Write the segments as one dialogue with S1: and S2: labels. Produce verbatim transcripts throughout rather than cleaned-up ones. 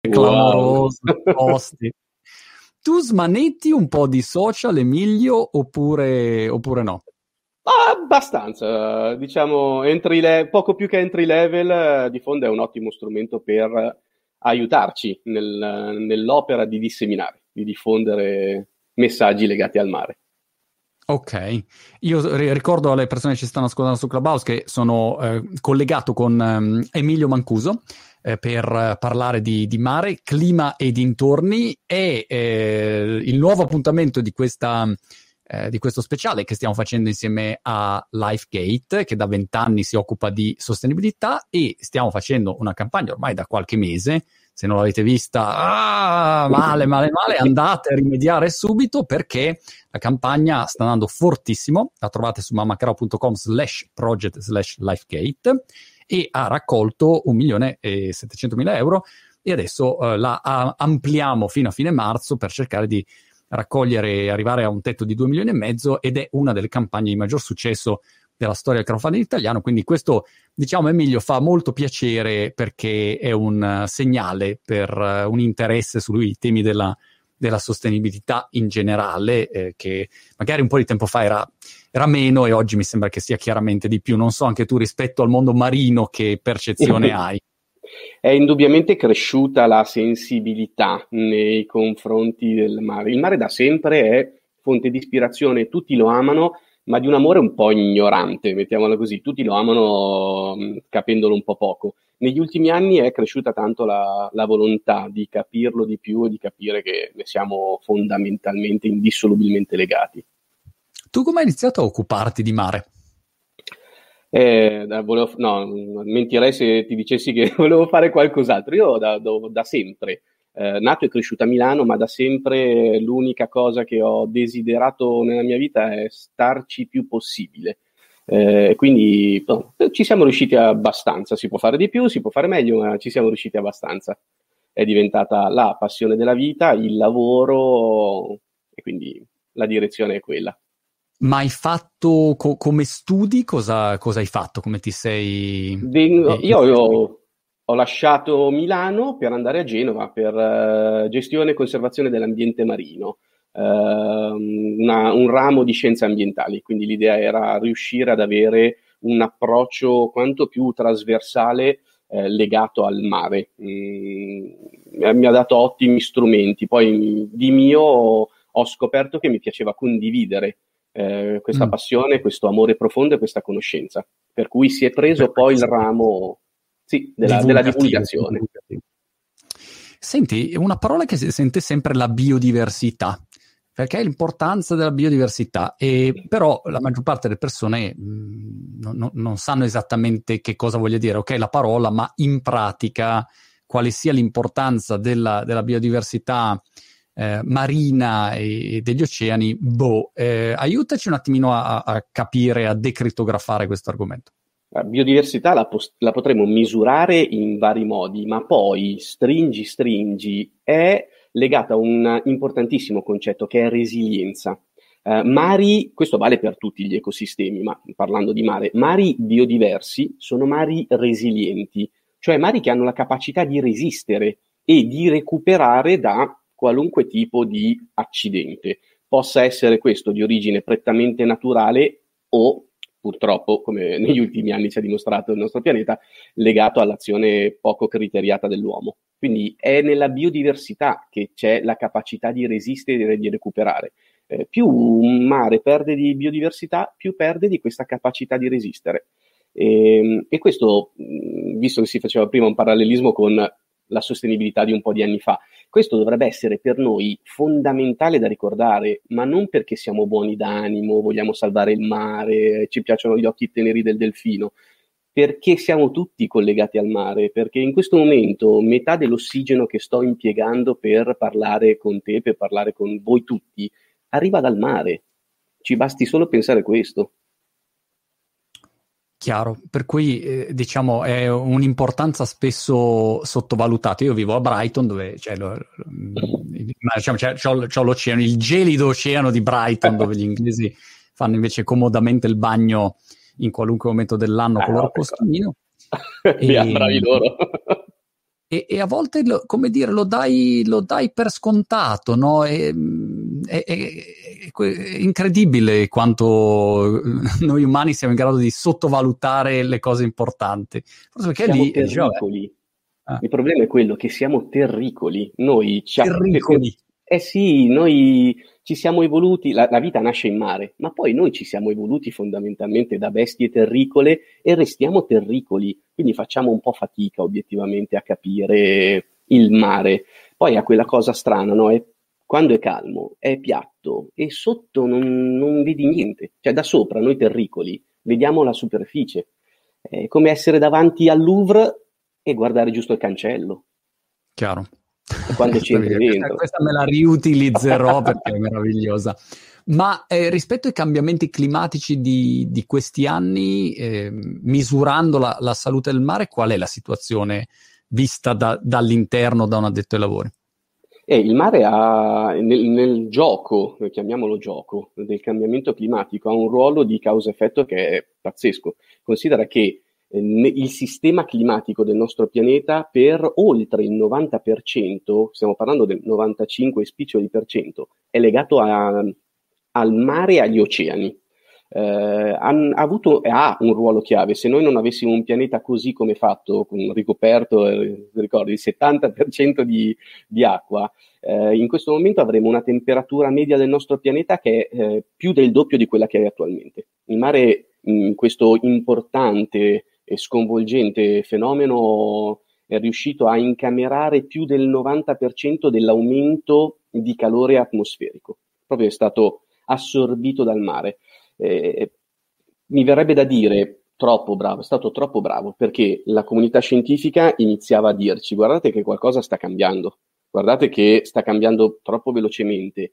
S1: clamoroso, posti. Tu smanetti un po' di social, Emilio, oppure, oppure no?
S2: Abbastanza, diciamo, entry le- poco più che entry level, eh, di fondo è un ottimo strumento per aiutarci nel- nell'opera di disseminare, di diffondere messaggi legati al mare.
S1: Ok, io ri- ricordo alle persone che ci stanno ascoltando su Clubhouse che sono eh, collegato con ehm, Emilio Mancuso eh, per eh, parlare di, di mare, clima e dintorni e eh, il nuovo appuntamento di questa eh, di questo speciale che stiamo facendo insieme a LifeGate, che da vent'anni si occupa di sostenibilità, e stiamo facendo una campagna ormai da qualche mese. Se non l'avete vista, ah, male, male, male, andate a rimediare subito, perché la campagna sta andando fortissimo. La trovate su mamacaro.com slash project slash lifegate e ha raccolto un milione e settecentomila euro, e adesso eh, la a- ampliamo fino a fine marzo per cercare di raccogliere e arrivare a un tetto di due milioni e mezzo, ed è una delle campagne di maggior successo della storia del crowdfunding italiano. Quindi questo, diciamo, Emilio, fa molto piacere, perché è un uh, segnale per uh, un interesse sui temi della, della sostenibilità in generale, eh, che magari un po' di tempo fa era, era meno, e oggi mi sembra che sia chiaramente di più. Non so anche tu, rispetto al mondo marino, che percezione hai?
S2: È indubbiamente cresciuta la sensibilità nei confronti del mare. Il mare da sempre è fonte di ispirazione, tutti lo amano, ma di un amore un po' ignorante, mettiamola così. Tutti lo amano mh, capendolo un po' poco. Negli ultimi anni è cresciuta tanto la, la volontà di capirlo di più e di capire che ne siamo fondamentalmente, indissolubilmente legati.
S1: Tu come hai iniziato a occuparti di mare?
S2: Eh, da- volevo, no, mentirei se ti dicessi che volevo fare qualcos'altro. Io da, da- da sempre, eh, nato e cresciuto a Milano, ma da sempre l'unica cosa che ho desiderato nella mia vita è starci più possibile. Eh, quindi no, ci siamo riusciti abbastanza. Si può fare di più, si può fare meglio, ma ci siamo riusciti abbastanza. È diventata la passione della vita, il lavoro, e quindi la direzione è quella.
S1: Ma hai fatto co- come studi? Cosa, cosa hai fatto? Come ti sei
S2: Vengo-
S1: eh,
S2: io ho, ho lasciato Milano per andare a Genova per eh, gestione e conservazione dell'ambiente marino, ehm, una- un ramo di scienze ambientali, quindi l'idea era riuscire ad avere un approccio quanto più trasversale eh, legato al mare. Mm, mi ha dato ottimi strumenti, poi di mio ho ho scoperto che mi piaceva condividere eh, questa
S1: Mm.
S2: passione, questo amore profondo e questa conoscenza. Per cui si è preso poi il ramo, sì, della, della
S1: divulgativo,
S2: divulgazione.
S1: divulgativo. Senti, una parola che si sente sempre, la biodiversità, perché è l'importanza della biodiversità, e però la maggior parte delle persone mh, non, non- non sanno esattamente che cosa voglia dire, ok, la parola, ma in pratica quale sia l'importanza della, della biodiversità eh, marina e, e degli oceani. Boh, eh, aiutaci un attimino a, a capire, a decritografare questo argomento.
S2: La biodiversità la, pos- la potremo misurare in vari modi, ma poi stringi, stringi, è legata a un importantissimo concetto che è resilienza. Eh, mari, questo vale per tutti gli ecosistemi, ma parlando di mare, mari biodiversi sono mari resilienti, cioè mari che hanno la capacità di resistere e di recuperare da qualunque tipo di accidente. Possa essere questo di origine prettamente naturale o, purtroppo, come negli ultimi anni ci ha dimostrato il nostro pianeta, legato all'azione poco criteriata dell'uomo. Quindi è nella biodiversità che c'è la capacità di resistere e di recuperare. Eh, più un mare perde di biodiversità, più perde di questa capacità di resistere. E, e questo, visto che si faceva prima un parallelismo con la sostenibilità di un po' di anni fa, questo dovrebbe essere per noi fondamentale da ricordare, ma non perché siamo buoni d'animo, vogliamo salvare il mare, ci piacciono gli occhi teneri del delfino, perché siamo tutti collegati al mare, perché in questo momento metà dell'ossigeno che sto impiegando per parlare con te, per parlare con voi tutti, arriva dal mare. Ci basti solo pensare questo.
S1: Chiaro, per cui eh, diciamo è un'importanza spesso sottovalutata. Io vivo a Brighton, dove c'è, lo, diciamo, c'è, c'ho, c'ho l'oceano, il gelido oceano di Brighton, dove gli inglesi fanno invece comodamente il bagno in qualunque momento dell'anno
S2: Ah,
S1: con il
S2: no,
S1: loro
S2: ecco.
S1: costumino.
S2: Via,
S1: E,
S2: bravi loro.
S1: e, e a volte, lo, come dire, lo dai, lo dai per scontato, no? È, è, è, è incredibile quanto noi umani siamo in grado di sottovalutare le cose importanti. Forse perché
S2: Siamo
S1: lì dice, vabbè,
S2: terricoli.
S1: ah,
S2: Il problema è quello che siamo terricoli. Noi ci app- per- per-
S1: terricoli.
S2: eh sì, noi ci siamo evoluti, la, la vita nasce in mare, ma poi noi ci siamo evoluti fondamentalmente da bestie terricole e restiamo terricoli, quindi facciamo un po' fatica obiettivamente a capire il mare. Poi ha quella cosa strana, no? È- quando è calmo è piatto e sotto non, non vedi niente, cioè da sopra noi terricoli vediamo la superficie. È come essere davanti al Louvre e guardare giusto il cancello.
S1: Chiaro.
S2: E quando c'entri
S1: questa,
S2: dentro.
S1: questa me la riutilizzerò perché è meravigliosa. Ma eh, rispetto ai cambiamenti climatici di, di questi anni, eh, misurando la, la salute del mare, qual è la situazione vista da, dall'interno da un addetto ai lavori?
S2: E il mare ha, nel, nel gioco, chiamiamolo gioco, del cambiamento climatico, ha un ruolo di causa-effetto che è pazzesco. Considera che eh, ne- il sistema climatico del nostro pianeta per oltre il novanta per cento, stiamo parlando del novantacinque spiccioli per cento, è legato a- al mare e agli oceani. Eh, han- ha avuto e ha un ruolo chiave. Se noi non avessimo un pianeta così come fatto, con ricoperto, eh, ricordi, il settanta per cento di, di acqua, eh, in questo momento avremo una temperatura media del nostro pianeta che è eh, più del doppio di quella che è attualmente. Il mare, in questo importante e sconvolgente fenomeno, è riuscito a incamerare più del novanta per cento dell'aumento di calore atmosferico. Proprio è stato assorbito dal mare. Eh, mi verrebbe da dire troppo bravo, è stato troppo bravo, perché la comunità scientifica iniziava a dirci: guardate che qualcosa sta cambiando, guardate che sta cambiando troppo velocemente,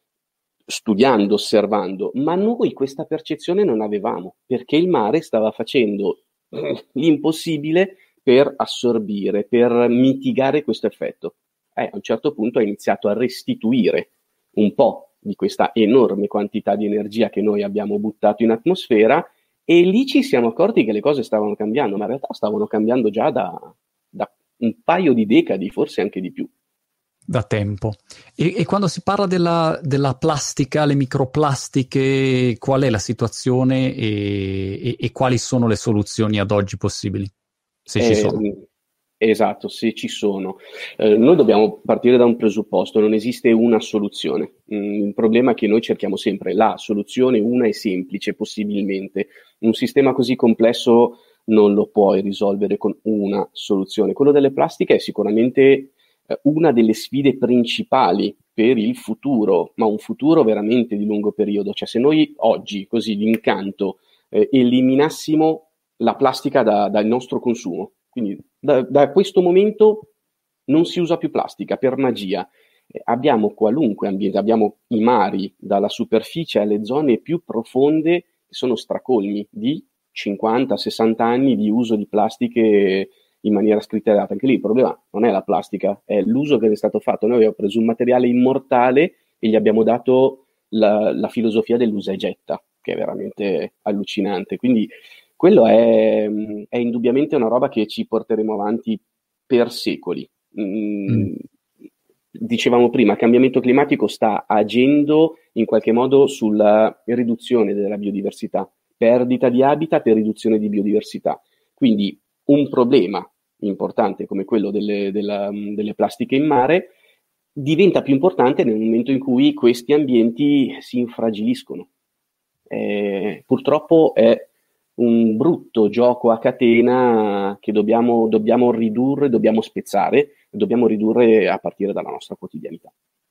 S2: studiando, osservando, ma noi questa percezione non avevamo, perché il mare stava facendo eh, l'impossibile per assorbire, per mitigare questo effetto. Eh, a un certo punto ha iniziato a restituire un po' di questa enorme quantità di energia che noi abbiamo buttato in atmosfera, e lì ci siamo accorti che le cose stavano cambiando, ma in realtà stavano cambiando già da, da un paio di decadi, forse anche di più.
S1: Da tempo. E, e quando si parla della, della plastica, le microplastiche, qual è la situazione e, e, e quali sono le soluzioni ad oggi possibili, se ci sono?
S2: Eh, esatto, se ci sono. Eh, noi dobbiamo partire da un presupposto: non esiste una soluzione. Mm, il problema è che noi cerchiamo sempre la soluzione, una e semplice, possibilmente. Un sistema così complesso non lo puoi risolvere con una soluzione. Quello delle plastiche è sicuramente eh, una delle sfide principali per il futuro, ma un futuro veramente di lungo periodo. Cioè, se noi oggi, così d'incanto, eh, eliminassimo la plastica da- dal nostro consumo, quindi da, da questo momento non si usa più plastica per magia. Eh, abbiamo qualunque ambiente, abbiamo i mari, dalla superficie alle zone più profonde, che sono stracolmi di cinquanta sessanta anni di uso di plastiche in maniera scriteriata. Anche lì il problema non è la plastica, è l'uso che ne è stato fatto. Noi abbiamo preso un materiale immortale e gli abbiamo dato la, la filosofia dell'usa e getta, che è veramente allucinante. Quindi quello è, è indubbiamente una roba che ci porteremo avanti per secoli.
S1: Mm.
S2: Mm, dicevamo prima, il cambiamento climatico sta agendo in qualche modo sulla riduzione della biodiversità, perdita di habitat e riduzione di biodiversità. Quindi un problema importante come quello delle, della, delle plastiche in mare diventa più importante nel momento in cui questi ambienti si infragiliscono. Eh, purtroppo è un brutto gioco a catena che dobbiamo, dobbiamo ridurre, dobbiamo spezzare, dobbiamo ridurre a partire dalla nostra quotidianità.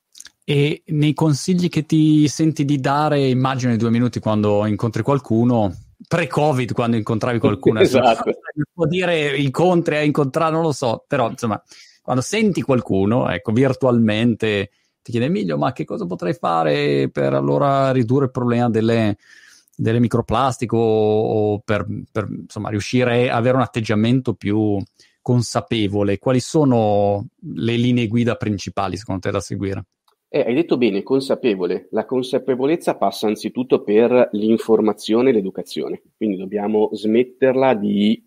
S1: E nei consigli che ti senti di dare, immagino nei due minuti quando incontri qualcuno, pre-Covid quando incontravi qualcuno, adesso
S2: Esatto.
S1: non può dire incontri a incontrare, non lo so, però insomma, quando senti qualcuno, ecco, virtualmente, ti chiede: Emilio, ma che cosa potrei fare per allora ridurre il problema delle, delle microplastiche o, o per, per insomma riuscire a avere un atteggiamento più consapevole? Quali sono le linee guida principali secondo te da seguire?
S2: Eh, hai detto bene, consapevole. La consapevolezza passa anzitutto per l'informazione e l'educazione, quindi dobbiamo smetterla di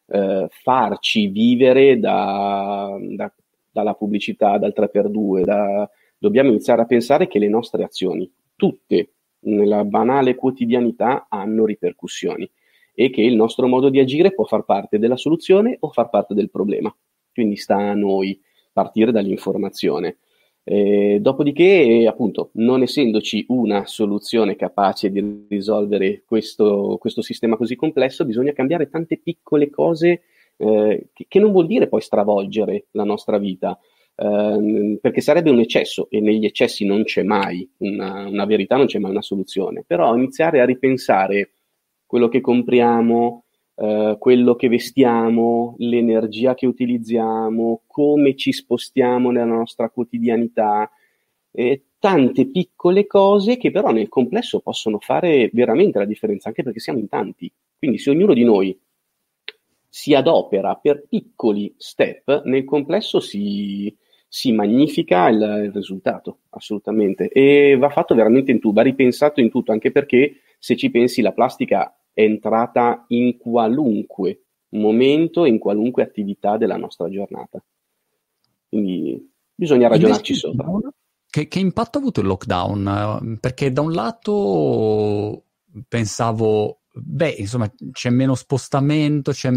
S2: eh, farci vivere da, da, dalla pubblicità, dal tre per due, da, dobbiamo iniziare a pensare che le nostre azioni, tutte nella banale quotidianità, hanno ripercussioni e che il nostro modo di agire può far parte della soluzione o far parte del problema. Quindi sta a noi partire dall'informazione. Eh, dopodiché, appunto, non essendoci una soluzione capace di risolvere questo, questo sistema così complesso, bisogna cambiare tante piccole cose, eh, che, che non vuol dire poi stravolgere la nostra vita, eh, perché sarebbe un eccesso e negli eccessi non c'è mai una, una verità, non c'è mai una soluzione. Però iniziare a ripensare quello che compriamo, Uh, quello che vestiamo, l'energia che utilizziamo, come ci spostiamo nella nostra quotidianità, eh, tante piccole cose che però nel complesso possono fare veramente la differenza, anche perché siamo in tanti. Quindi se ognuno di noi si adopera per piccoli step, nel complesso si, si magnifica il, il risultato, assolutamente. E va fatto veramente in tutto, va ripensato in tutto, anche perché se ci pensi la plastica è entrata in qualunque momento, in qualunque attività della nostra giornata. Quindi bisogna ragionarci
S1: Invece,
S2: sopra.
S1: Che, che impatto ha avuto il lockdown? Perché da un lato pensavo, beh, insomma, c'è meno spostamento, c'è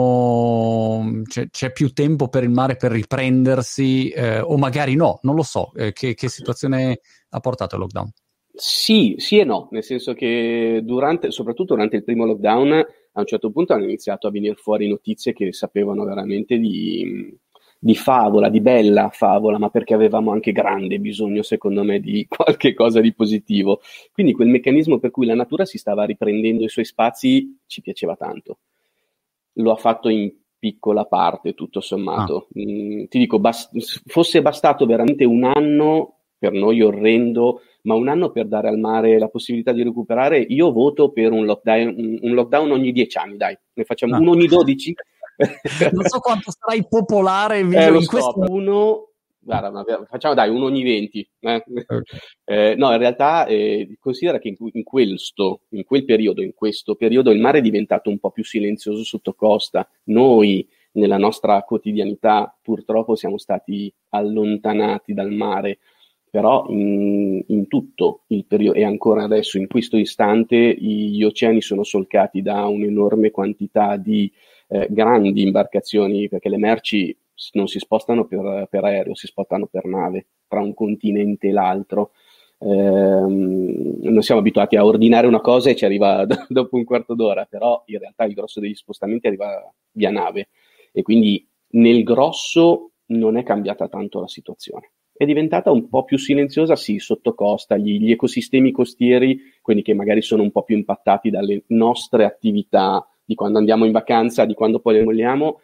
S1: meno, c'è, c'è più tempo per il mare per riprendersi, eh, o magari no, non lo so. Eh, che, che situazione ha portato il lockdown?
S2: Sì, sì e no, nel senso che durante, soprattutto durante il primo lockdown, a un certo punto hanno iniziato a venire fuori notizie che sapevano veramente di, di favola, di bella favola, ma perché avevamo anche grande bisogno, secondo me, di qualche cosa di positivo. Quindi quel meccanismo per cui la natura si stava riprendendo i suoi spazi ci piaceva tanto. Lo ha fatto in piccola parte, tutto sommato. Ah. Mm, ti dico, bast- fosse bastato veramente un anno, per noi orrendo, ma un anno per dare al mare la possibilità di recuperare, io voto per un lockdown, un lockdown ogni dieci anni, dai, ne facciamo ah. uno ogni dodici.
S1: Non so quanto sarai popolare
S2: eh, lo
S1: in
S2: so,
S1: questo...
S2: uno, guarda, facciamo dai, uno ogni venti. Eh? Okay. Eh, no, in realtà eh, considera che in, in, questo, in quel periodo, in questo periodo, il mare è diventato un po' più silenzioso sotto costa. Noi, nella nostra quotidianità, purtroppo siamo stati allontanati dal mare. Però in, in tutto il periodo, e ancora adesso, in questo istante, gli oceani sono solcati da un'enorme quantità di eh, grandi imbarcazioni, perché le merci non si spostano per, per aereo, si spostano per nave, tra un continente e l'altro. Eh, non siamo abituati a ordinare una cosa e ci arriva d- dopo un quarto d'ora, però in realtà il grosso degli spostamenti arriva via nave, e quindi nel grosso non è cambiata tanto la situazione. È diventata un po' più silenziosa, sì, sotto costa, gli, gli ecosistemi costieri, quelli che magari sono un po' più impattati dalle nostre attività, di quando andiamo in vacanza, di quando poi le vogliamo,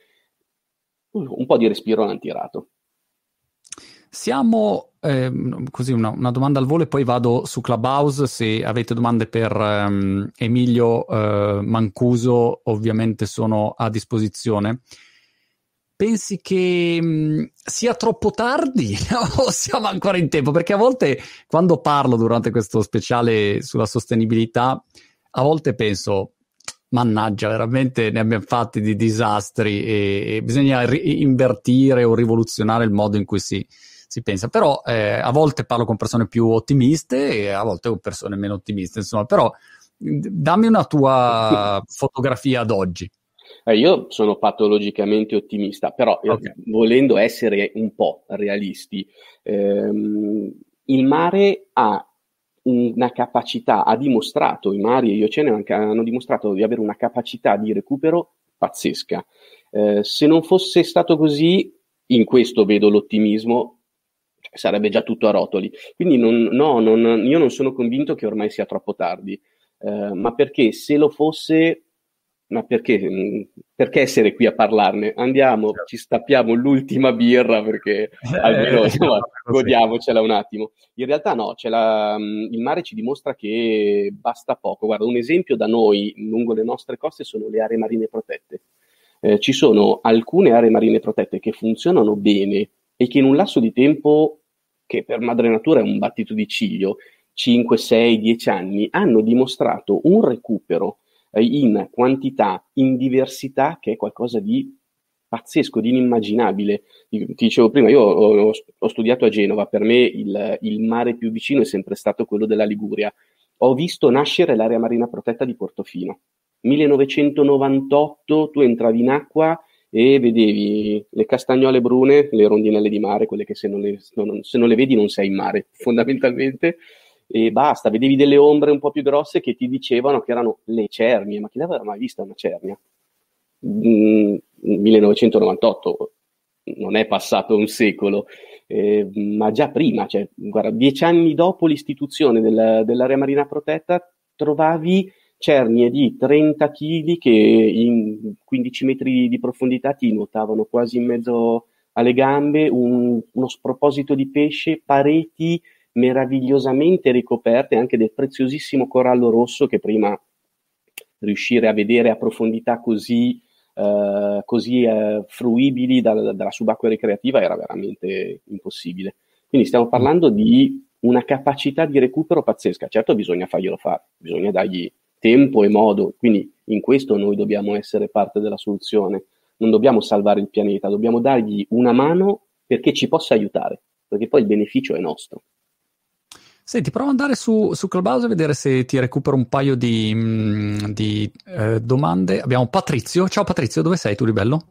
S2: un po' di respiro l'hanno tirato.
S1: Siamo, eh, così una, una domanda al volo e poi vado su Clubhouse, se avete domande per um, Emilio uh, Mancuso ovviamente sono a disposizione. Pensi che mh, sia troppo tardi o siamo ancora in tempo? Perché a volte quando parlo durante questo speciale sulla sostenibilità, a volte penso, mannaggia, veramente ne abbiamo fatti di disastri e, e bisogna ri- invertire o rivoluzionare il modo in cui si, si pensa. Però eh, a volte parlo con persone più ottimiste e a volte con persone meno ottimiste, insomma. Però dammi una tua fotografia ad oggi.
S2: Eh, io sono patologicamente ottimista, però okay. eh, volendo essere un po' realisti, ehm, il mare ha una capacità, ha dimostrato, i mari e gli oceani hanno dimostrato di avere una capacità di recupero pazzesca. Eh, se non fosse stato così, in questo vedo l'ottimismo, sarebbe già tutto a rotoli. Quindi non, no, non, io non sono convinto che ormai sia troppo tardi, eh, ma perché se lo fosse... Ma perché, perché essere qui a parlarne? Andiamo, ci stappiamo l'ultima birra perché almeno insomma, godiamocela un attimo. In realtà no, c'è la, il mare ci dimostra che basta poco. Guarda, un esempio da noi, lungo le nostre coste, sono le aree marine protette. Eh, ci sono alcune aree marine protette che funzionano bene e che in un lasso di tempo, che per madre natura è un battito di ciglio, cinque, sei, dieci anni, hanno dimostrato un recupero eh, in quantità, in diversità, che è qualcosa di pazzesco, di inimmaginabile. Ti dicevo prima, io ho, ho studiato a Genova, per me il, il mare più vicino è sempre stato quello della Liguria. Ho visto nascere l'area marina protetta di Portofino. millenovecentonovantotto, tu entravi in acqua e vedevi le castagnole brune, le rondinelle di mare, quelle che se non le, non, se non le vedi non sei in mare, fondamentalmente, e basta, vedevi delle ombre un po' più grosse che ti dicevano che erano le cernie, ma chi l'aveva mai vista una cernia? Mm, millenovecentonovantotto, non è passato un secolo, eh, ma già prima, cioè, guarda, dieci anni dopo l'istituzione del, dell'area marina protetta, trovavi cernie di trenta chili che in quindici metri di profondità ti nuotavano quasi in mezzo alle gambe, un, uno sproposito di pesce, pareti meravigliosamente ricoperte anche del preziosissimo corallo rosso, che prima riuscire a vedere a profondità così, eh, così eh, fruibili dal, dalla subacquea ricreativa era veramente impossibile. Quindi stiamo parlando di una capacità di recupero pazzesca. Certo, bisogna farglielo fare, bisogna dargli tempo e modo, quindi in questo noi dobbiamo essere parte della soluzione, non dobbiamo salvare il pianeta, dobbiamo dargli una mano perché ci possa aiutare, perché poi il beneficio è nostro.
S1: Senti, prova ad andare su, su Clubhouse e vedere se ti recupero un paio di, mh, di eh, domande. Abbiamo Patrizio. Ciao Patrizio, dove sei tu di bello?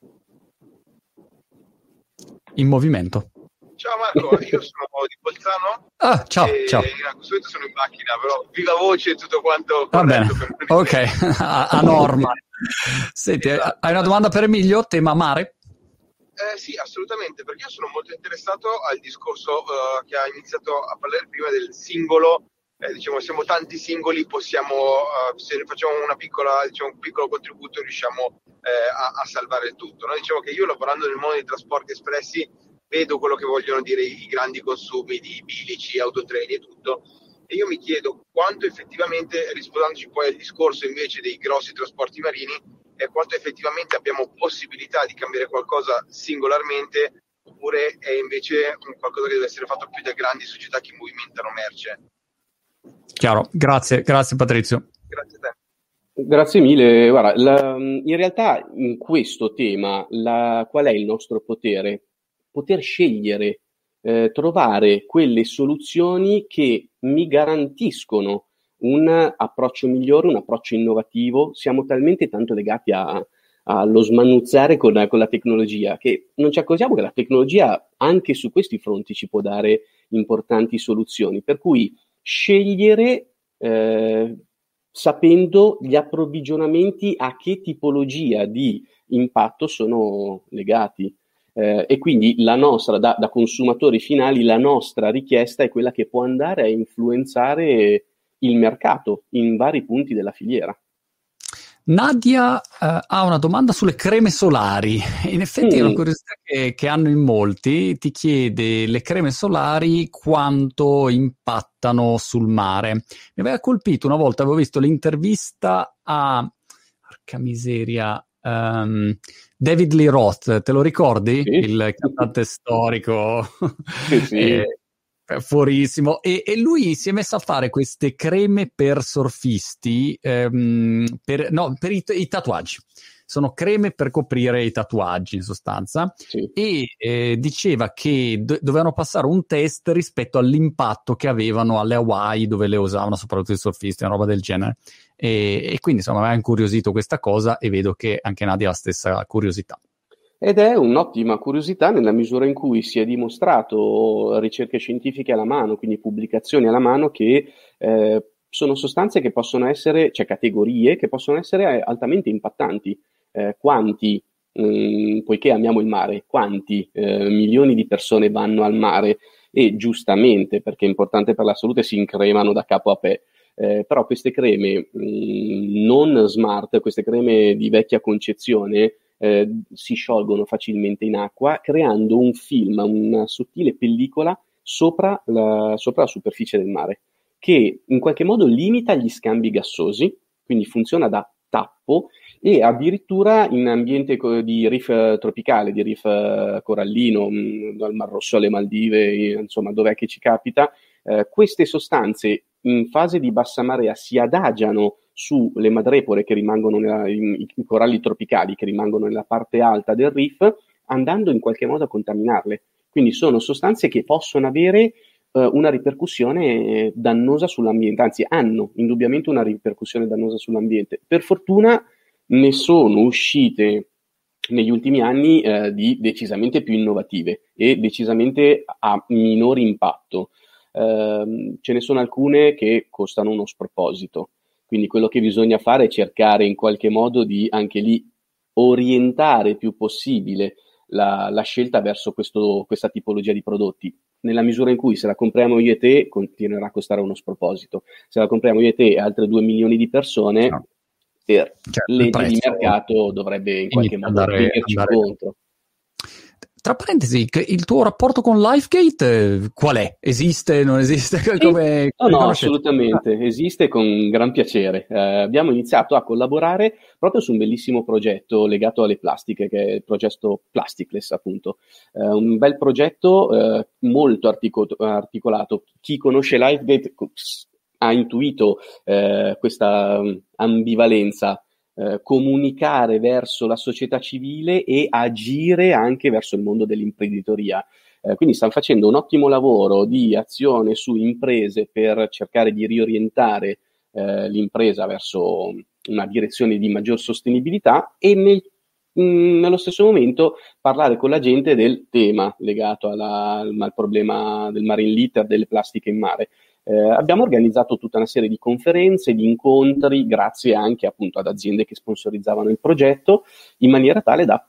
S1: In movimento.
S3: Ciao Marco, io sono di Bolzano.
S1: Ah, ciao,
S3: e,
S1: ciao.
S3: A questo punto sono in macchina, però viva voce e tutto quanto.
S1: Va bene, ok, a, a norma. Senti, esatto. Hai una domanda per Emilio, tema mare?
S3: Eh, sì, assolutamente, perché io sono molto interessato al discorso uh, che ha iniziato a parlare prima del singolo. Eh, diciamo, siamo tanti singoli, possiamo, uh, se facciamo una piccola, diciamo, un piccolo contributo, riusciamo eh, a, a salvare il tutto. No? Diciamo che io, lavorando nel mondo dei trasporti espressi, vedo quello che vogliono dire i grandi consumi di bilici, autotreni e tutto, e io mi chiedo quanto effettivamente, rispondendoci poi al discorso invece dei grossi trasporti marini, e quanto effettivamente abbiamo possibilità di cambiare qualcosa singolarmente, oppure è invece qualcosa che deve essere fatto più da grandi società che movimentano merce.
S1: Chiaro, grazie, grazie Patrizio.
S3: Grazie a te.
S2: Grazie mille. Guarda, la, in realtà in questo tema la, qual è il nostro potere? Poter scegliere, eh, trovare quelle soluzioni che mi garantiscono un approccio migliore, un approccio innovativo. Siamo talmente tanto legati a, allo smanuzzare con, con la tecnologia che non ci accorgiamo che la tecnologia anche su questi fronti ci può dare importanti soluzioni, per cui scegliere eh, sapendo gli approvvigionamenti a che tipologia di impatto sono legati. Eh, e quindi la nostra, da, da consumatori finali, la nostra richiesta è quella che può andare a influenzare il mercato in vari punti della filiera.
S1: Nadia uh, ha una domanda sulle creme solari. In effetti mm. è una curiosità che, che hanno in molti. Ti chiede: le creme solari quanto impattano sul mare? Mi aveva colpito una volta, avevo visto l'intervista a, porca miseria, um, David Lee Roth, te lo ricordi? Sì. Il cantante storico.
S2: Sì, sì.
S1: e, fuorissimo, e, e lui si è messo a fare queste creme per surfisti, ehm, per, no, per i, i tatuaggi. Sono creme per coprire i tatuaggi in sostanza, sì. E eh, diceva che do- dovevano passare un test rispetto all'impatto che avevano alle Hawaii, dove le usavano soprattutto i surfisti, una roba del genere, e, e quindi insomma mi ha incuriosito questa cosa e vedo che anche Nadia ha la stessa curiosità.
S2: Ed è un'ottima curiosità nella misura in cui si è dimostrato, ricerche scientifiche alla mano, quindi pubblicazioni alla mano, che eh, sono sostanze che possono essere, cioè categorie che possono essere altamente impattanti. Eh, quanti, mh, poiché amiamo il mare, quanti eh, milioni di persone vanno al mare e giustamente, perché è importante per la salute, si incremano da capo a pè. Eh, però queste creme mh, non smart, queste creme di vecchia concezione, Eh, si sciolgono facilmente in acqua, creando un film, una sottile pellicola sopra la, sopra la superficie del mare, che in qualche modo limita gli scambi gassosi, quindi funziona da tappo, e addirittura in ambiente di reef tropicale, di reef corallino, mh, dal Mar Rosso alle Maldive, insomma dov'è che ci capita, eh, queste sostanze in fase di bassa marea si adagiano sulle madrepore che rimangono nella, i, i coralli tropicali che rimangono nella parte alta del reef, andando in qualche modo a contaminarle. Quindi sono sostanze che possono avere uh, una ripercussione dannosa sull'ambiente, anzi hanno indubbiamente una ripercussione dannosa sull'ambiente. Per fortuna ne sono uscite negli ultimi anni eh, di decisamente più innovative e decisamente a minore impatto. Uh, ce ne sono alcune che costano uno sproposito, quindi quello che bisogna fare è cercare in qualche modo di anche lì orientare il più possibile la, la scelta verso questo, questa tipologia di prodotti, nella misura in cui se la compriamo io e te continuerà a costare uno sproposito, se la compriamo io e te e altre due milioni di persone, no. per
S1: certo,
S2: legge di mercato dovrebbe in qualche modo venirci contro.
S1: Tra parentesi, il tuo rapporto con Lifegate qual è? Esiste, non esiste? Come,
S2: no, no, assolutamente, esiste con gran piacere. Eh, abbiamo iniziato a collaborare proprio su un bellissimo progetto legato alle plastiche, che è il progetto Plasticless, appunto. Eh, un bel progetto eh, molto artico- articolato. Chi conosce Lifegate ha intuito eh, questa ambivalenza. Eh, comunicare verso la società civile e agire anche verso il mondo dell'imprenditoria. Eh, quindi stanno facendo un ottimo lavoro di azione su imprese per cercare di riorientare eh, l'impresa verso una direzione di maggior sostenibilità e nel, mh, nello stesso momento parlare con la gente del tema legato alla, al problema del marine litter, delle plastiche in mare. Eh, abbiamo organizzato tutta una serie di conferenze, di incontri, grazie anche appunto ad aziende che sponsorizzavano il progetto, in maniera tale da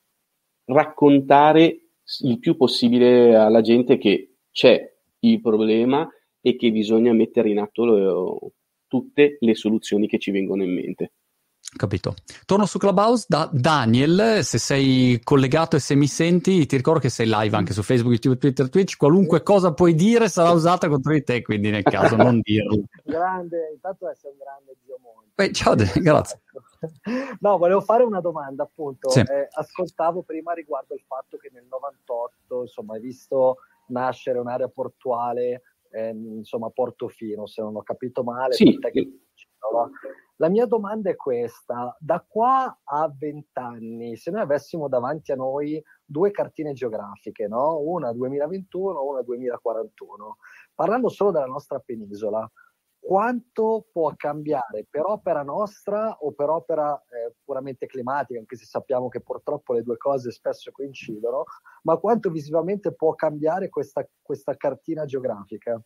S2: raccontare il più possibile alla gente che c'è il problema e che bisogna mettere in atto le, tutte le soluzioni che ci vengono in mente.
S1: Capito. Torno su Clubhouse da Daniel, se sei collegato e se mi senti, ti ricordo che sei live anche su Facebook, YouTube, Twitter, Twitch, qualunque cosa puoi dire sarà usata contro di te, quindi nel caso non dirlo.
S4: Grande, intanto sei un grande zio Monti.
S1: Beh, ciao, grazie.
S4: No, volevo fare una domanda appunto,
S1: sì.
S4: eh, ascoltavo prima riguardo il fatto che nel novantotto, insomma, hai visto nascere un'area portuale, eh, insomma, Portofino, se non ho capito male.
S2: Sì.
S4: La mia domanda è questa: da qua a vent'anni, se noi avessimo davanti a noi due cartine geografiche, no? Una duemilaventuno, una duemilaquarantuno, parlando solo della nostra penisola, quanto può cambiare per opera nostra o per opera eh, puramente climatica, anche se sappiamo che purtroppo le due cose spesso coincidono, ma quanto visivamente può cambiare questa, questa cartina geografica?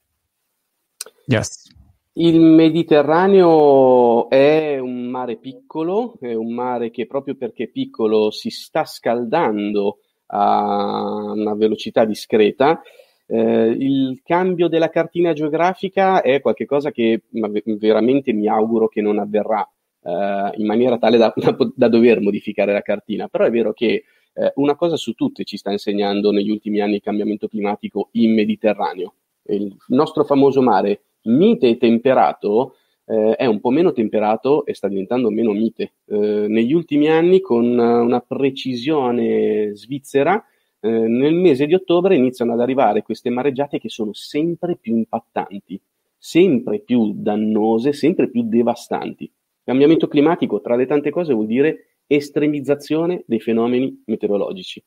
S1: Yes.
S2: Il Mediterraneo è un mare piccolo, è un mare che proprio perché è piccolo si sta scaldando a una velocità discreta. Eh, il cambio della cartina geografica è qualcosa che veramente mi auguro che non avverrà eh, in maniera tale da, da, da dover modificare la cartina, però è vero che eh, una cosa su tutte ci sta insegnando negli ultimi anni il cambiamento climatico in Mediterraneo. Il nostro famoso mare mite e temperato eh, è un po' meno temperato e sta diventando meno mite. Eh, negli ultimi anni, con una precisione svizzera, eh, nel mese di ottobre iniziano ad arrivare queste mareggiate che sono sempre più impattanti, sempre più dannose, sempre più devastanti. Cambiamento climatico, tra le tante cose, vuol dire estremizzazione dei fenomeni meteorologici.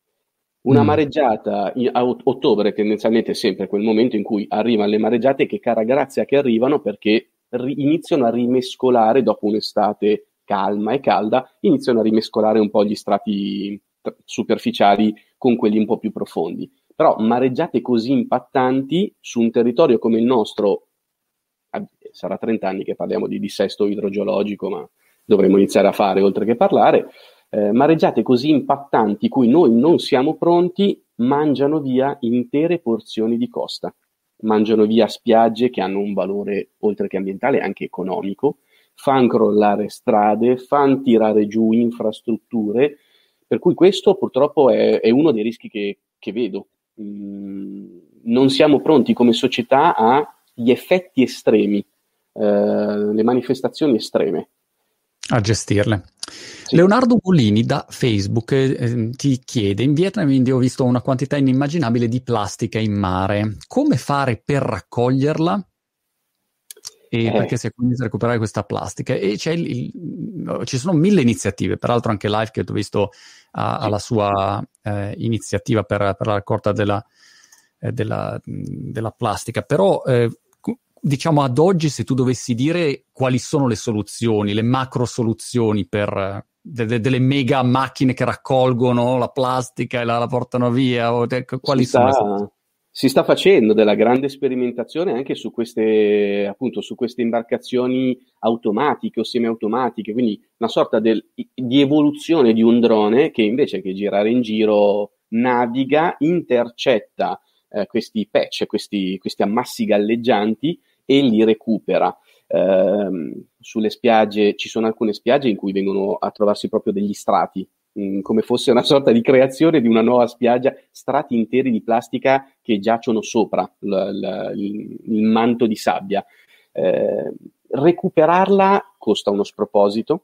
S2: Una mareggiata a ottobre tendenzialmente è sempre quel momento in cui arrivano le mareggiate che, cara grazia, che arrivano perché ri- iniziano a rimescolare, dopo un'estate calma e calda, iniziano a rimescolare un po' gli strati t- superficiali con quelli un po' più profondi. Però mareggiate così impattanti su un territorio come il nostro, eh, sarà trenta anni che parliamo di dissesto idrogeologico, ma dovremmo iniziare a fare oltre che parlare. Eh, mareggiate così impattanti cui noi non siamo pronti mangiano via intere porzioni di costa, mangiano via spiagge che hanno un valore oltre che ambientale anche economico, fanno crollare strade, fanno tirare giù infrastrutture, per cui questo purtroppo è, è uno dei rischi che, che vedo. Mm, non siamo pronti come società agli effetti estremi, eh, le manifestazioni estreme.
S1: A gestirle.
S2: Sì.
S1: Leonardo Bolini da Facebook eh, ti chiede: in Vietnam ho visto una quantità inimmaginabile di plastica in mare, come fare per raccoglierla? e
S2: Eh.
S1: perché si è convinto di recuperare questa plastica. E c'è il, il- ci sono mille iniziative, peraltro anche Life che ho visto ha, ha la sua eh, iniziativa per, per la raccolta della, eh, della, della plastica, però eh, diciamo ad oggi, se tu dovessi dire quali sono le soluzioni, le macro soluzioni per eh, de- de- delle mega macchine che raccolgono la plastica e la, la portano via, o de- quali
S2: Si
S1: sono le
S2: sta,
S1: soluzioni?
S2: si sta facendo della grande sperimentazione anche su queste, appunto, su queste imbarcazioni automatiche o semiautomatiche, quindi una sorta del- di evoluzione di un drone che invece che girare in giro naviga, intercetta eh, questi patch, questi, questi ammassi galleggianti e li recupera. Ehm, sulle spiagge ci sono alcune spiagge in cui vengono a trovarsi proprio degli strati, mh, come fosse una sorta di creazione di una nuova spiaggia, strati interi di plastica che giacciono sopra l- l- il, il manto di sabbia. Eh, recuperarla costa uno sproposito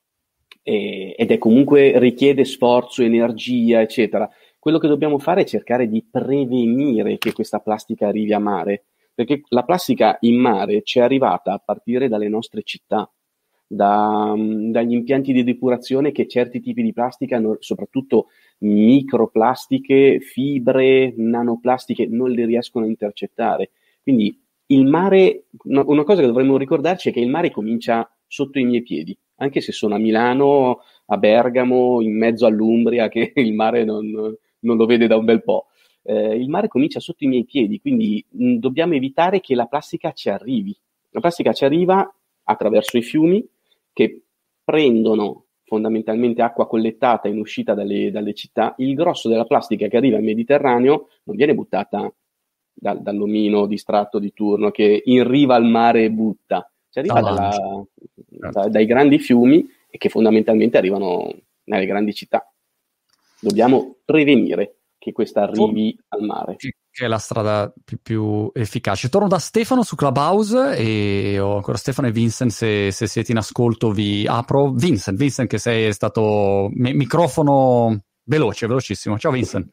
S2: e- ed è comunque richiede sforzo, energia, eccetera. Quello che dobbiamo fare è cercare di prevenire che questa plastica arrivi a mare, perché la plastica in mare ci è arrivata a partire dalle nostre città, da, dagli impianti di depurazione che certi tipi di plastica, non- soprattutto microplastiche, fibre, nanoplastiche, non le riescono a intercettare. Quindi il mare, una, una cosa che dovremmo ricordarci è che il mare comincia sotto i miei piedi, anche se sono a Milano, a Bergamo, in mezzo all'Umbria, che il mare non, non lo vede da un bel po'. Eh, il mare comincia sotto i miei piedi, quindi mh, dobbiamo evitare che la plastica ci arrivi. La plastica ci arriva attraverso i fiumi che prendono fondamentalmente acqua collettata in uscita dalle, dalle città. Il grosso della plastica che arriva al Mediterraneo non viene buttata da, dall'omino distratto di turno che in riva al mare butta, ci arriva dalla, da, dai grandi fiumi e che fondamentalmente arrivano nelle grandi città. Dobbiamo prevenire che questa arrivi al mare.
S1: Che è la strada più, più efficace. Torno da Stefano su Clubhouse e ho ancora Stefano e Vincent, se, se siete in ascolto vi apro. Vincent, Vincent che sei stato mi- microfono veloce, velocissimo. Ciao Vincent.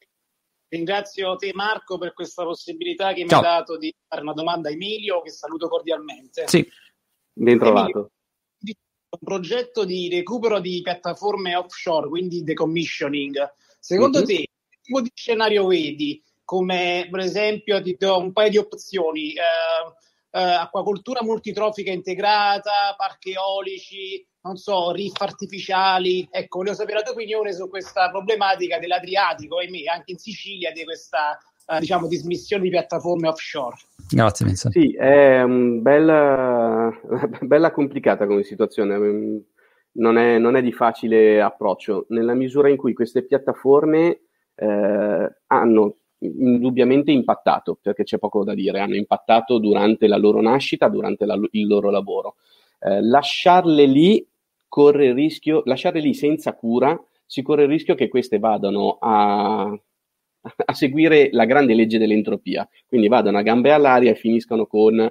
S5: Ringrazio te Marco per questa possibilità che
S1: Ciao.
S5: mi hai dato di fare una domanda a Emilio, che saluto cordialmente.
S1: Sì.
S2: Ben trovato.
S5: Emilio, un progetto di recupero di piattaforme offshore, quindi decommissioning. Secondo
S2: Mhm.
S5: te, che tipo di scenario vedi? Come per esempio, ti do un paio di opzioni, eh, eh, acquacoltura multitrofica integrata, parchi eolici, non so, riff artificiali. Ecco, volevo sapere la tua opinione su questa problematica dell'Adriatico e anche in Sicilia di questa, eh, diciamo, dismissione di piattaforme offshore.
S1: Grazie Vincent.
S2: Sì, è um, bella, bella complicata come situazione, um, non è, non è di facile approccio, nella misura in cui queste piattaforme eh, hanno indubbiamente impattato, perché c'è poco da dire, hanno impattato durante la loro nascita, durante la, il loro lavoro. Eh, lasciarle lì corre il rischio, lasciarle lì senza cura, si corre il rischio che queste vadano a, a seguire la grande legge dell'entropia, quindi vadano a gambe all'aria e finiscano con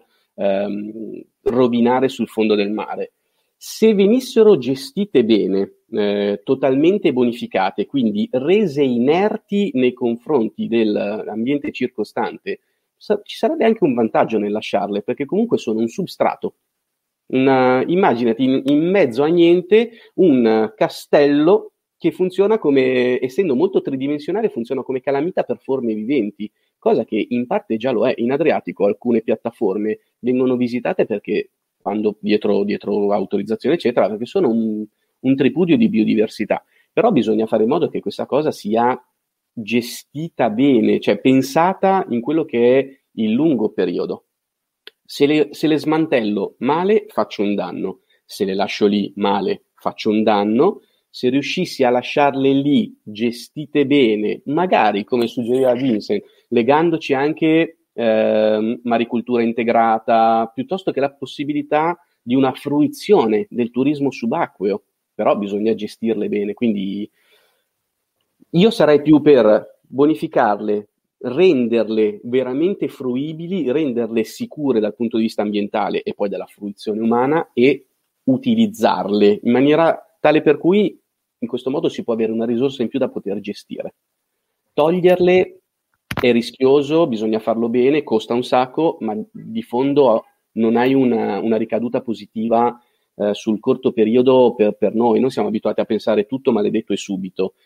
S2: ehm, rovinare sul fondo del mare. Se venissero gestite bene, eh, totalmente bonificate, quindi rese inerti nei confronti dell'ambiente circostante, sa- ci sarebbe anche un vantaggio nel lasciarle, perché comunque sono un substrato. Una, immaginati in, in mezzo a niente un castello che funziona come, essendo molto tridimensionale, funziona come calamita per forme viventi, cosa che in parte già lo è. In Adriatico alcune piattaforme vengono visitate perché, quando dietro, dietro autorizzazione eccetera, perché sono un, un tripudio di biodiversità, però bisogna fare in modo che questa cosa sia gestita bene, cioè pensata in quello che è il lungo periodo. Se le, se le smantello male faccio un danno, se le lascio lì male faccio un danno. Se riuscissi a lasciarle lì gestite bene, magari come suggeriva Vincent, legandoci anche eh, maricoltura integrata, piuttosto che la possibilità di una fruizione del turismo subacqueo, però bisogna gestirle bene, quindi io sarei più per bonificarle, renderle veramente fruibili, renderle sicure dal punto di vista ambientale e poi della fruizione umana e utilizzarle in maniera tale per cui in questo modo si può avere una risorsa in più da poter gestire. Toglierle è rischioso, bisogna farlo bene, costa un sacco, ma di fondo non hai una, una ricaduta positiva eh, sul corto periodo per, per noi. Noi siamo abituati a pensare tutto maledetto e subito,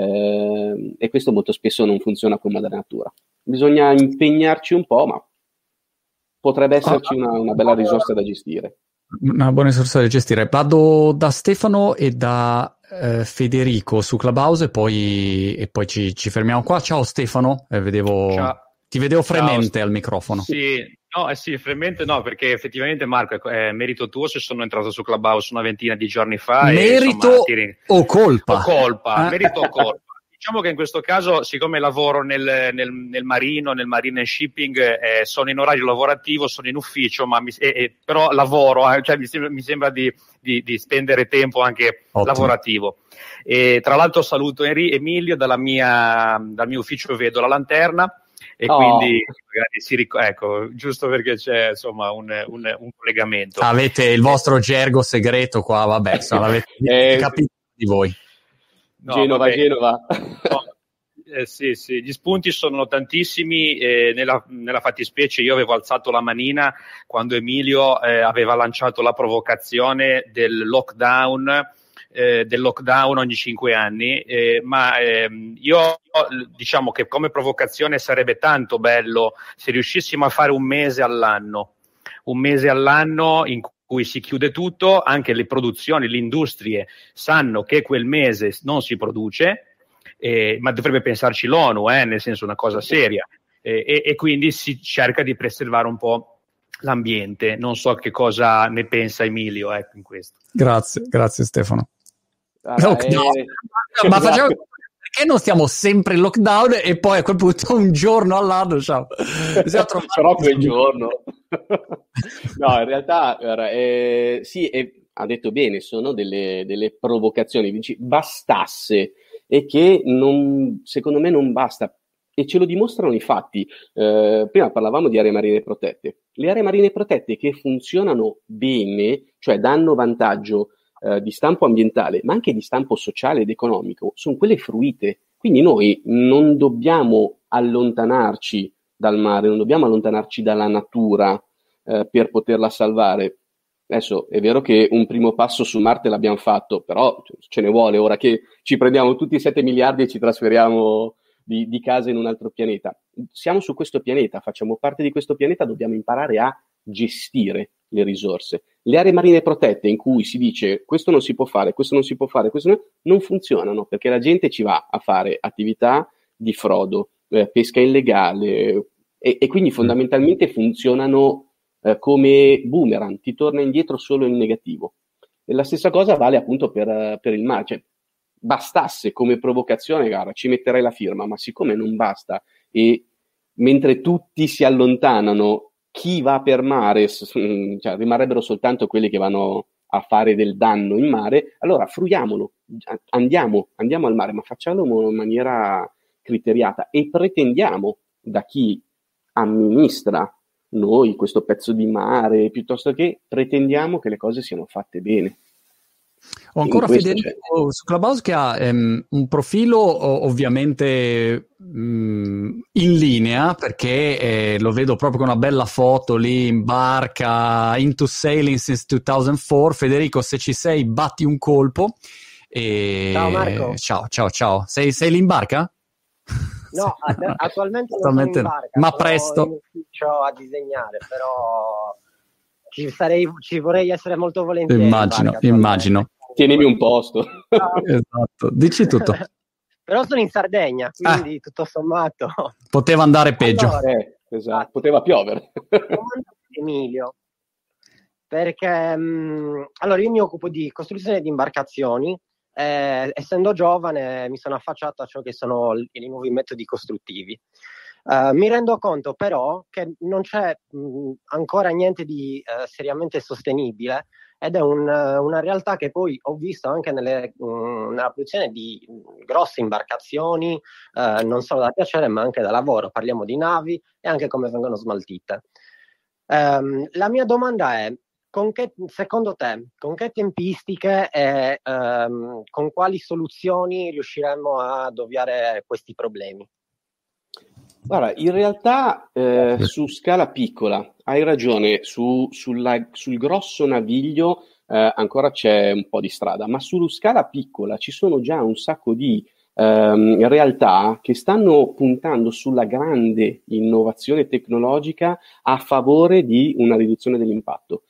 S2: eh, e questo molto spesso non funziona come madre natura. Bisogna impegnarci un po', ma potrebbe esserci una, una bella risorsa da gestire.
S1: Una buona risorsa da gestire. Vado da Stefano e da eh, Federico su Clubhouse e poi, e poi ci, ci fermiamo qua. Ciao Stefano, eh, vedevo,
S6: Ciao.
S1: ti vedevo fremente
S6: Ciao.
S1: al microfono.
S6: Sì, no, eh sì, fremente no, perché effettivamente Marco, è merito tuo se sono entrato su Clubhouse una ventina di giorni fa.
S1: Merito
S6: e, insomma, ti...
S1: o colpa?
S6: O colpa,
S1: eh?
S6: merito o colpa. Diciamo che in questo caso, siccome lavoro nel, nel, nel marino, nel marine shipping, eh, sono in orario lavorativo, sono in ufficio, ma mi, eh, eh, però lavoro, eh, cioè mi sembra, mi sembra di, di, di spendere tempo anche Ottimo. lavorativo. E tra l'altro saluto Enri, Emilio dalla mia, dal mio ufficio, vedo la lanterna e oh. quindi magari si ric- ecco, giusto perché c'è insomma un, un, un collegamento.
S1: Avete il vostro gergo segreto qua, vabbè, insomma, l'avete eh, capito di voi.
S2: No, Genova, vabbè. Genova.
S6: No, eh, sì, sì, gli spunti sono tantissimi. Eh, nella, nella fattispecie io avevo alzato la manina quando Emilio eh, aveva lanciato la provocazione del lockdown, eh, del lockdown ogni cinque anni, eh, ma eh, io diciamo che come provocazione sarebbe tanto bello se riuscissimo a fare un mese all'anno, un mese all'anno in cui si chiude tutto, anche le produzioni, le industrie sanno che quel mese non si produce, eh, ma dovrebbe pensarci l'ONU, eh, nel senso una cosa seria, eh, e, e quindi si cerca di preservare un po' l'ambiente. Non so che cosa ne pensa Emilio ecco, in questo.
S1: Grazie, grazie Stefano.
S2: Ah, no, eh,
S1: no, ma facciamo... Perché non stiamo sempre in lockdown e poi a quel punto un giorno all'anno ciao.
S2: Però quel giorno no, in realtà eh, sì, eh, ha detto bene, sono delle, delle provocazioni, bastasse, e che non, secondo me non basta, e ce lo dimostrano i fatti. Eh, prima parlavamo di aree marine protette, le aree marine protette che funzionano bene, cioè danno vantaggio Uh, di stampo ambientale, ma anche di stampo sociale ed economico, sono quelle fruite. Quindi noi non dobbiamo allontanarci dal mare, non dobbiamo allontanarci dalla natura uh, per poterla salvare. Adesso è vero che un primo passo su Marte l'abbiamo fatto, però ce ne vuole ora che ci prendiamo tutti i sette miliardi e ci trasferiamo di, di casa in un altro pianeta. Siamo su questo pianeta, facciamo parte di questo pianeta, dobbiamo imparare a gestire le risorse. Le aree marine protette in cui si dice questo non si può fare, questo non si può fare, questo non, non funzionano, perché la gente ci va a fare attività di frodo, eh, pesca illegale, e, e quindi fondamentalmente funzionano eh, come boomerang, ti torna indietro solo in negativo. E la stessa cosa vale appunto per, per il mare. Cioè, bastasse come provocazione, guarda, ci metterei la firma, ma siccome non basta, e mentre tutti si allontanano, chi va per mare, cioè, rimarrebbero soltanto quelli che vanno a fare del danno in mare, allora fruiamolo, andiamo, andiamo al mare, ma facciamolo in maniera criteriata e pretendiamo da chi amministra noi questo pezzo di mare, piuttosto che pretendiamo che le cose siano fatte bene.
S1: Ho ancora Federico c'è. su Clubhouse che ha um, un profilo o, ovviamente um, in linea, perché eh, lo vedo proprio con una bella foto lì in barca, into sailing since duemilaquattro. Federico, se ci sei, batti un colpo. E...
S7: Ciao Marco.
S1: Ciao, ciao, ciao. Sei, sei lì in barca?
S7: No, att- attualmente non sono in barca,
S1: ma presto.
S7: in ufficio a disegnare, però... Ci, sarei, ci vorrei essere molto volentieri.
S1: Immagino, immagino.
S2: Tienimi un posto.
S1: Esatto, dici tutto.
S7: Però sono in Sardegna, quindi ah, tutto sommato.
S1: Poteva andare peggio.
S2: Allora, eh, esatto, poteva piovere.
S7: Emilio, perché mh, allora io mi occupo di costruzione di imbarcazioni. Eh, essendo giovane mi sono affacciato a ciò che sono i, i nuovi metodi costruttivi. Uh, mi rendo conto però che non c'è mh, ancora niente di uh, seriamente sostenibile, ed è un, uh, una realtà che poi ho visto anche nelle, mh, nella produzione di mh, grosse imbarcazioni, uh, non solo da piacere ma anche da lavoro. Parliamo di navi e anche come vengono smaltite. Um, la mia domanda è: con che, secondo te, con che tempistiche e um, con quali soluzioni riusciremo ad ovviare questi problemi?
S2: Guarda, in realtà eh, su scala piccola hai ragione, su, sulla, sul grosso naviglio eh, ancora c'è un po' di strada, ma su scala piccola ci sono già un sacco di ehm, realtà che stanno puntando sulla grande innovazione tecnologica a favore di una riduzione dell'impatto.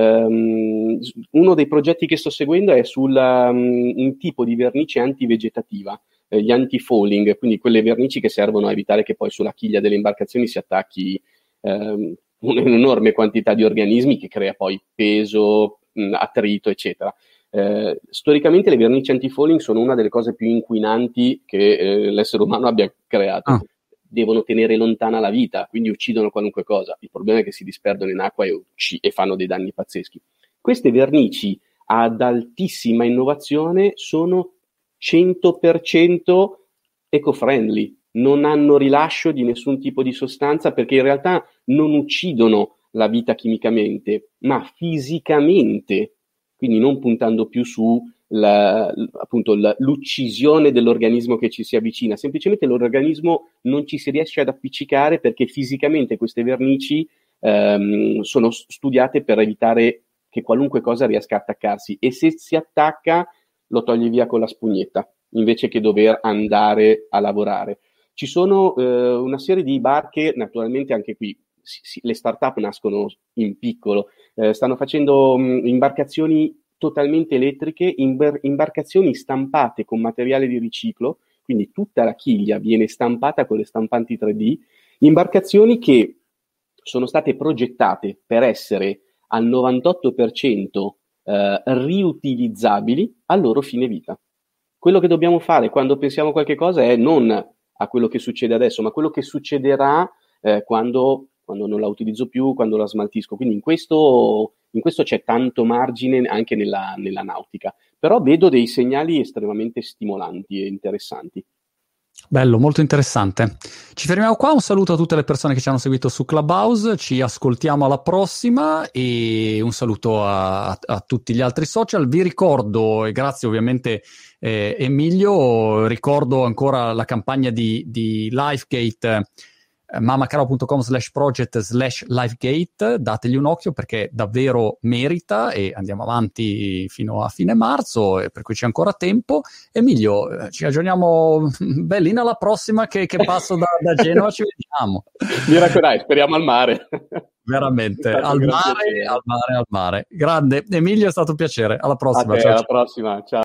S2: Um, uno dei progetti che sto seguendo è sul um, un tipo di vernice antivegetativa, eh, gli anti-falling, quindi quelle vernici che servono a evitare che poi sulla chiglia delle imbarcazioni si attacchi um, un'enorme quantità di organismi che crea poi peso, mh, attrito, eccetera. Eh, storicamente le vernici anti-falling sono una delle cose più inquinanti che eh, l'essere umano abbia creato. Ah. Devono tenere lontana la vita, quindi uccidono qualunque cosa. Il problema è che si disperdono in acqua e, ucc- e fanno dei danni pazzeschi. Queste vernici ad altissima innovazione sono cento per cento eco-friendly, non hanno rilascio di nessun tipo di sostanza perché in realtà non uccidono la vita chimicamente, ma fisicamente, quindi non puntando più su La, appunto la, l'uccisione dell'organismo che ci si avvicina, semplicemente l'organismo non ci si riesce ad appiccicare perché fisicamente queste vernici ehm, sono studiate per evitare che qualunque cosa riesca a attaccarsi e se si attacca lo togli via con la spugnetta invece che dover andare a lavorare. Ci sono eh, una serie di barche, naturalmente anche qui si, si, le start-up nascono in piccolo, eh, stanno facendo mh, imbarcazioni totalmente elettriche, imbar- imbarcazioni stampate con materiale di riciclo, quindi tutta la chiglia viene stampata con le stampanti tre D, imbarcazioni che sono state progettate per essere al novantotto per cento eh, riutilizzabili al loro fine vita. Quello che dobbiamo fare quando pensiamo a qualche cosa è non a quello che succede adesso, ma quello che succederà eh, quando, quando non la utilizzo più, quando la smaltisco. Quindi in questo... In questo c'è tanto margine anche nella, nella nautica, però vedo dei segnali estremamente stimolanti e interessanti.
S1: Bello, molto interessante. Ci fermiamo qua, un saluto a tutte le persone che ci hanno seguito su Clubhouse, ci ascoltiamo alla prossima e un saluto a, a tutti gli altri social. Vi ricordo, e grazie ovviamente eh, Emilio, ricordo ancora la campagna di, di LifeGate, mamacaro.com slash project slash LifeGate, dategli un occhio perché davvero merita e andiamo avanti fino a fine marzo e per cui c'è ancora tempo. Emilio, ci aggiorniamo bellina alla prossima che, che passo da, da Genova, ci vediamo.
S2: Mi raccomando, speriamo al mare.
S1: Veramente, al mare, al mare, al mare. Grande, Emilio, è stato un piacere. Alla prossima.
S2: A te,
S1: ciao,
S2: alla
S1: ciao.
S2: prossima, ciao.